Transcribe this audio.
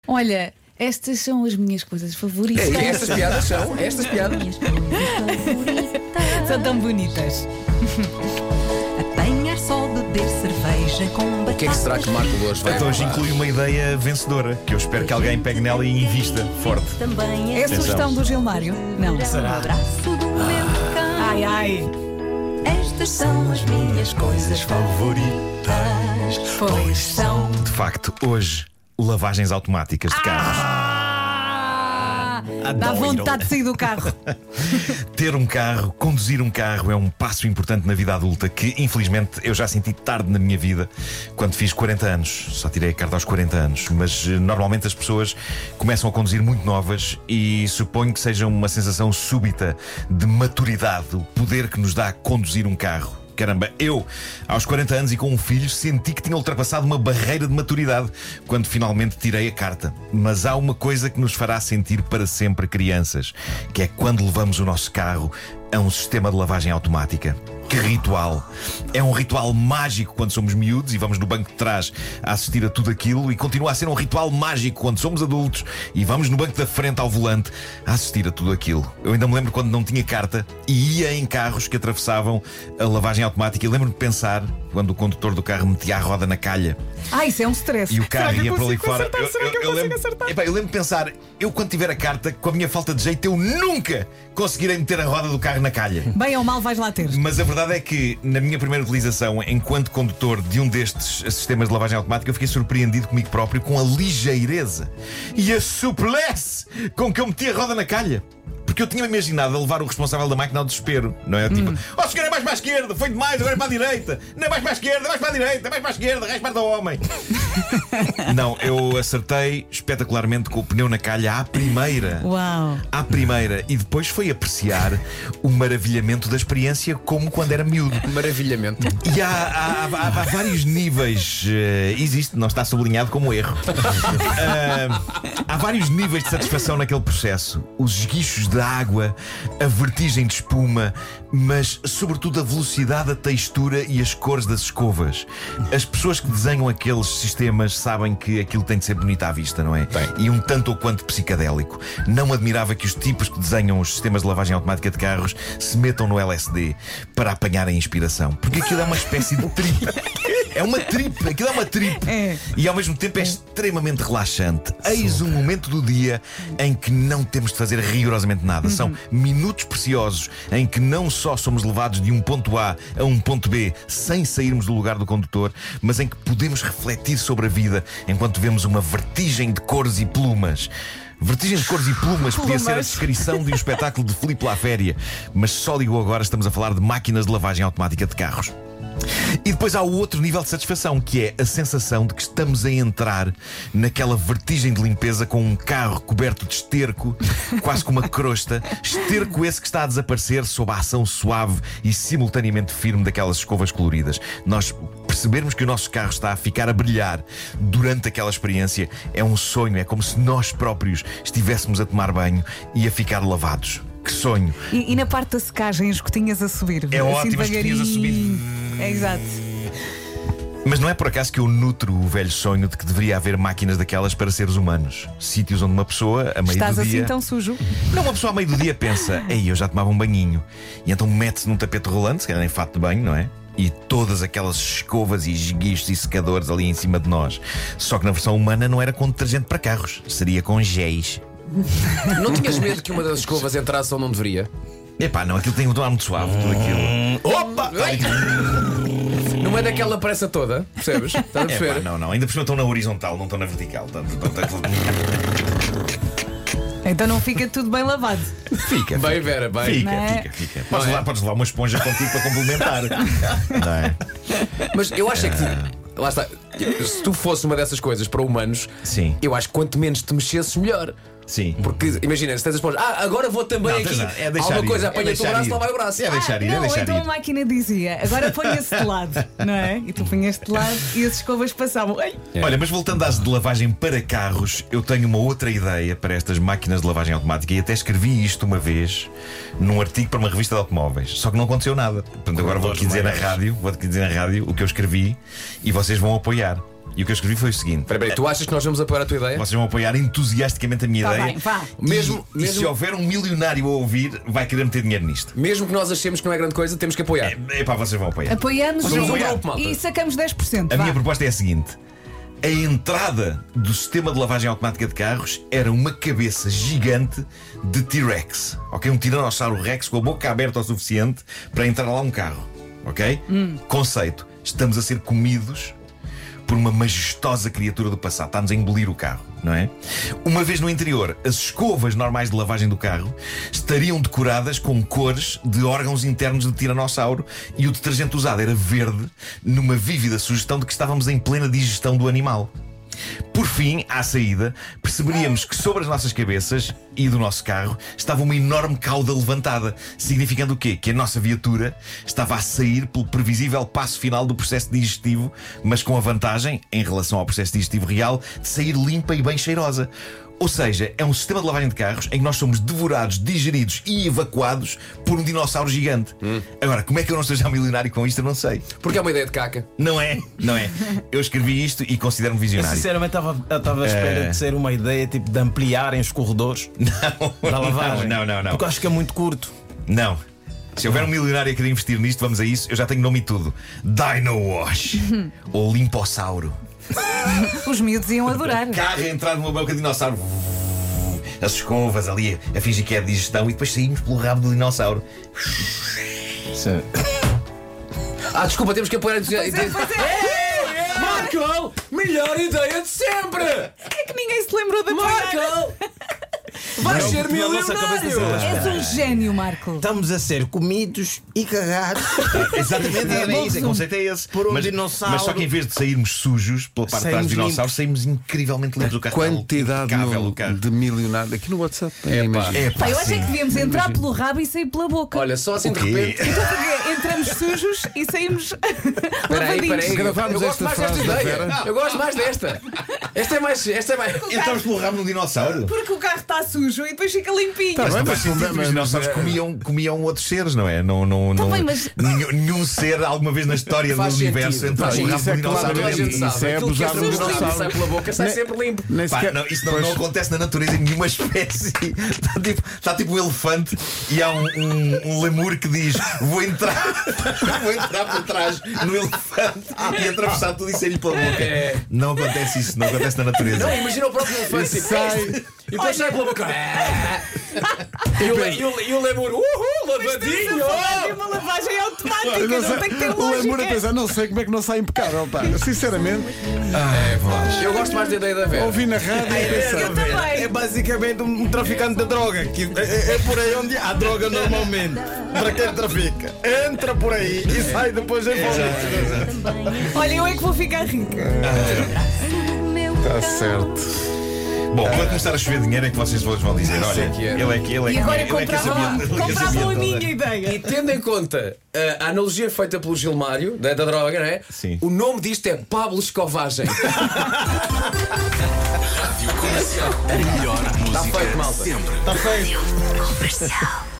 Olha, estas são as minhas coisas favoritas. Estas piadas são, estas piadas. São tão bonitas. Apanhar só, beber cerveja com batata. O que é que será que Marco hoje vai Então hoje falar? inclui uma ideia vencedora, que eu espero que alguém pegue nela e invista forte. Também É a sugestão do Gilmário? Não. Um abraço do meu cão. Ai, ai. Estas são as minhas coisas favoritas. Pois são. De facto, hoje, lavagens automáticas de carros. Dá vontade de sair do carro. Ter um carro, conduzir um carro é um passo importante na vida adulta que, infelizmente, eu já senti tarde na minha vida, quando fiz 40 anos. Só tirei a carta aos 40 anos. Mas normalmente as pessoas começam a conduzir muito novas e suponho que seja uma sensação súbita de maturidade, o poder que nos dá conduzir um carro. Caramba, eu, aos 40 anos e com um filho, senti que tinha ultrapassado uma barreira de maturidade quando finalmente tirei a carta. Mas há uma coisa que nos fará sentir para sempre crianças, que é quando levamos o nosso carro a um sistema de lavagem automática. Que ritual! É um ritual mágico quando somos miúdos e vamos no banco de trás a assistir a tudo aquilo, e continua a ser um ritual mágico quando somos adultos e vamos no banco da frente ao volante a assistir a tudo aquilo. Eu ainda me lembro quando não tinha carta e ia em carros que atravessavam a lavagem automática, e lembro-me de pensar quando o condutor do carro metia a roda na calha Isso é um stress. e o carro ia para ali fora. Eu lembro acertar? Eu lembro de pensar, eu quando tiver a carta, com a minha falta de jeito, eu nunca conseguirei meter a roda do carro na calha. Bem ou mal vais lá ter. Mas a verdade é que, na minha primeira utilização enquanto condutor de um destes sistemas de lavagem automática, eu fiquei surpreendido comigo próprio com a ligeireza e a suplesse com que eu meti a roda na calha. Porque eu tinha imaginado a levar o responsável da máquina ao desespero, não é? Tipo, oh senhor, é mais para a esquerda, foi demais, agora é para a direita. Não é mais para a esquerda, é mais para a direita, é mais para a esquerda, respeita ao homem. Não, eu acertei espetacularmente com o pneu na calha à primeira. Uau. À primeira. E depois foi apreciar o maravilhamento da experiência como quando era miúdo. Maravilhamento. E há vários níveis. Existe, não está sublinhado como erro. Há vários níveis de satisfação naquele processo. Os esguichos de água, a vertigem de espuma, mas sobretudo a velocidade, a textura e as cores das escovas. As pessoas que desenham aqueles sistemas sabem que aquilo tem de ser bonito à vista, não é? Tem. E um tanto ou quanto psicadélico. Não admirava que os tipos que desenham os sistemas de lavagem automática de carros se metam no LSD para apanhar a inspiração. Porque aquilo é uma espécie de trip. É uma trip, aquilo é uma trip. É. E ao mesmo tempo é extremamente relaxante. Eis um momento do dia em que não temos de fazer rigorosamente nada. São minutos preciosos em que não só somos levados de um ponto A a um ponto B sem sairmos do lugar do condutor, mas em que podemos refletir sobre a vida enquanto vemos uma vertigem de cores e plumas. Vertigem de cores e plumas podia ser a descrição de um espetáculo de Filipe Laféria, mas só ligou agora, estamos a falar de máquinas de lavagem automática de carros. E depois há o outro nível de satisfação, que é a sensação de que estamos a entrar naquela vertigem de limpeza com um carro coberto de esterco, quase com uma crosta. Esterco esse que está a desaparecer sob a ação suave e simultaneamente firme daquelas escovas coloridas. Nós percebermos que o nosso carro está a ficar a brilhar durante aquela experiência é um sonho. É como se nós próprios estivéssemos a tomar banho e a ficar lavados. Que sonho! E na parte da secagem, as gotinhas a subir. É assim ótimo, as gotinhas a subir. É exato. Mas não é por acaso que eu nutro o velho sonho de que deveria haver máquinas daquelas para seres humanos. Sítios onde uma pessoa, a meio Estás do dia... assim tão sujo? Não, uma pessoa a meio do dia pensa: ei, eu já tomava um banhinho. E então mete-se num tapete rolante, se calhar em fato de banho, não é? E todas aquelas escovas e esguichos e secadores ali em cima de nós. Só que na versão humana não era com detergente para carros, seria com géis. Não tinhas medo que uma das escovas entrasse onde não deveria? Epá, não, aquilo tem um ar muito suave, tudo aquilo. Opa! Não é daquela pressa toda, percebes? Estás a perceber? Epá, não, ainda por cima estão na horizontal, não estão na vertical. Então não fica tudo bem lavado. Fica. Bem, Vera, bem. Fica. Podes levar uma esponja contigo para complementar. Não é? Mas eu acho que lá está. Se tu fosse uma dessas coisas para humanos, Sim. eu acho que quanto menos te mexesses, melhor. Sim. Porque imagina, se tens a esponja, agora vou também Não, aqui. é deixar Alguma ir, coisa é apanha-te o deixar braço, ir. lá vai o braço. É deixar ir, não, é deixar então ir. a máquina dizia: agora ponha-se de lado, não é? E tu punhas-te de lado e as escovas passavam. Ai. Olha, mas voltando às de lavagem para carros, eu tenho uma outra ideia para estas máquinas de lavagem automática, e até escrevi isto uma vez num artigo para uma revista de automóveis. Só que não aconteceu nada. Portanto, agora vou aqui dizer na rádio o que eu escrevi e vocês vão apoiar. E o que eu escrevi foi o seguinte: Espera aí, tu achas que nós vamos apoiar a tua ideia? vocês vão apoiar entusiasticamente a minha Tá ideia. bem, vá. E se houver um milionário a ouvir, vai querer meter dinheiro nisto. Mesmo que nós achemos que não é grande coisa, temos que apoiar. Epá, vocês vão apoiar. Apoiamos Vocês vão Somos um apoiar. grupo, malta. e sacamos 10%. A vá. minha proposta é a seguinte: a entrada do sistema de lavagem automática de carros era uma cabeça gigante de T-Rex. Ok? Um tiranossauro Rex com a boca aberta o suficiente para entrar lá um carro. Ok? Conceito: estamos a ser comidos por uma majestosa criatura do passado. Está-nos a engolir o carro, não é? Uma vez no interior, as escovas normais de lavagem do carro estariam decoradas com cores de órgãos internos de tiranossauro e o detergente usado era verde, numa vívida sugestão de que estávamos em plena digestão do animal. Por fim, à saída, perceberíamos que sobre as nossas cabeças e do nosso carro estava uma enorme cauda levantada, significando o quê? Que a nossa viatura estava a sair pelo previsível passo final do processo digestivo, mas com a vantagem, em relação ao processo digestivo real, de sair limpa e bem cheirosa. Ou seja, é um sistema de lavagem de carros em que nós somos devorados, digeridos e evacuados por um dinossauro gigante. Agora, como é que eu não estou já milionário com isto? Eu não sei. Porque é uma ideia de caca. Não é, não é. Eu escrevi isto e considero-me Eu visionário. sinceramente estava à espera de ser uma ideia tipo de ampliarem os corredores da lavagem. Não. Porque eu acho que é muito curto. Não. Se houver um milionário a querer investir nisto, vamos a isso. Eu já tenho nome e tudo: Dino Wash ou Limpossauro. Os miúdos iam adorar. Carro a entrar numa boca de dinossauro, as escovas ali a fingir que é digestão, e depois saímos pelo rabo do dinossauro. Desculpa, temos que apoiar a Pois é. Marco! Melhor ideia de sempre! É que ninguém se lembrou da Marco! Vais ser na nossa cabeça milionário! És um gênio, Marco. Estamos a ser comidos e cagados. Exatamente, é isso. O conceito é esse. Por um dinossauro. Mas só que em vez de sairmos sujos pela parte de trás do Saímos dinossauro, saímos incrivelmente limpos. O carro Quantidade impecável, o carro. de milionário. Aqui no WhatsApp. Pá, eu acho é que devíamos entrar pelo rabo e sair pela boca. Olha, só assim O de quê? repente. Então porque entramos sujos e saímos lavadinhos. Gravámos Eu gosto esta mais frase desta da ideia. Vera. Eu gosto mais desta. Esta é mais. Entramos pelo rabo no dinossauro. Porque o carro está sujo e depois fica limpinho. Tá Mas bem, não faz mas- sentido, mas- os dinossauros comiam outros seres, não é? Não, Tá bem, mas- nenhum ser alguma vez na história do Faz universo sentido. entrou Faz pelo rabo isso é do claro, dinossauro. Toda a gente Isso sabe. é Aquilo que abusar do entra pelo dinossauro. sai pela boca, sai Nem- sempre limpo. Nem Pá, sequer. não, isso não, Pois. não acontece na natureza em nenhuma espécie. Está tipo um elefante e há um lemur que diz: vou entrar por trás no elefante e atravessar tudo e sair-lhe pela boca. Não acontece isso, não acontece na natureza. Não, imagina o próprio elefante. tipo, Sai. E depois sai pela boca. E o lemur, lavadinho! É uma lavagem automática, Não não sei, tem que ter o Lemur a lógica. pensar, não sei como é que não sai impecável, pá. Sinceramente, Eu gosto mais da ideia da Vera. ouvi na rádio e pensei. Eu também. É basicamente um traficante de droga. Que é por aí onde há droga normalmente. Para quem trafica. Entra por aí e sai depois em volta. Olha, eu é que vou ficar rica. Está certo. Bom, quando começar a chover dinheiro é que vocês vão dizer: olha, que é. ele é que E agora compravam compravam a minha ideia. E tendo em conta a analogia feita pelo Gilmário, da droga, não é? Sim. O nome disto é Pablo Escovagem. A melhor música feito, malta. sempre. Está feio.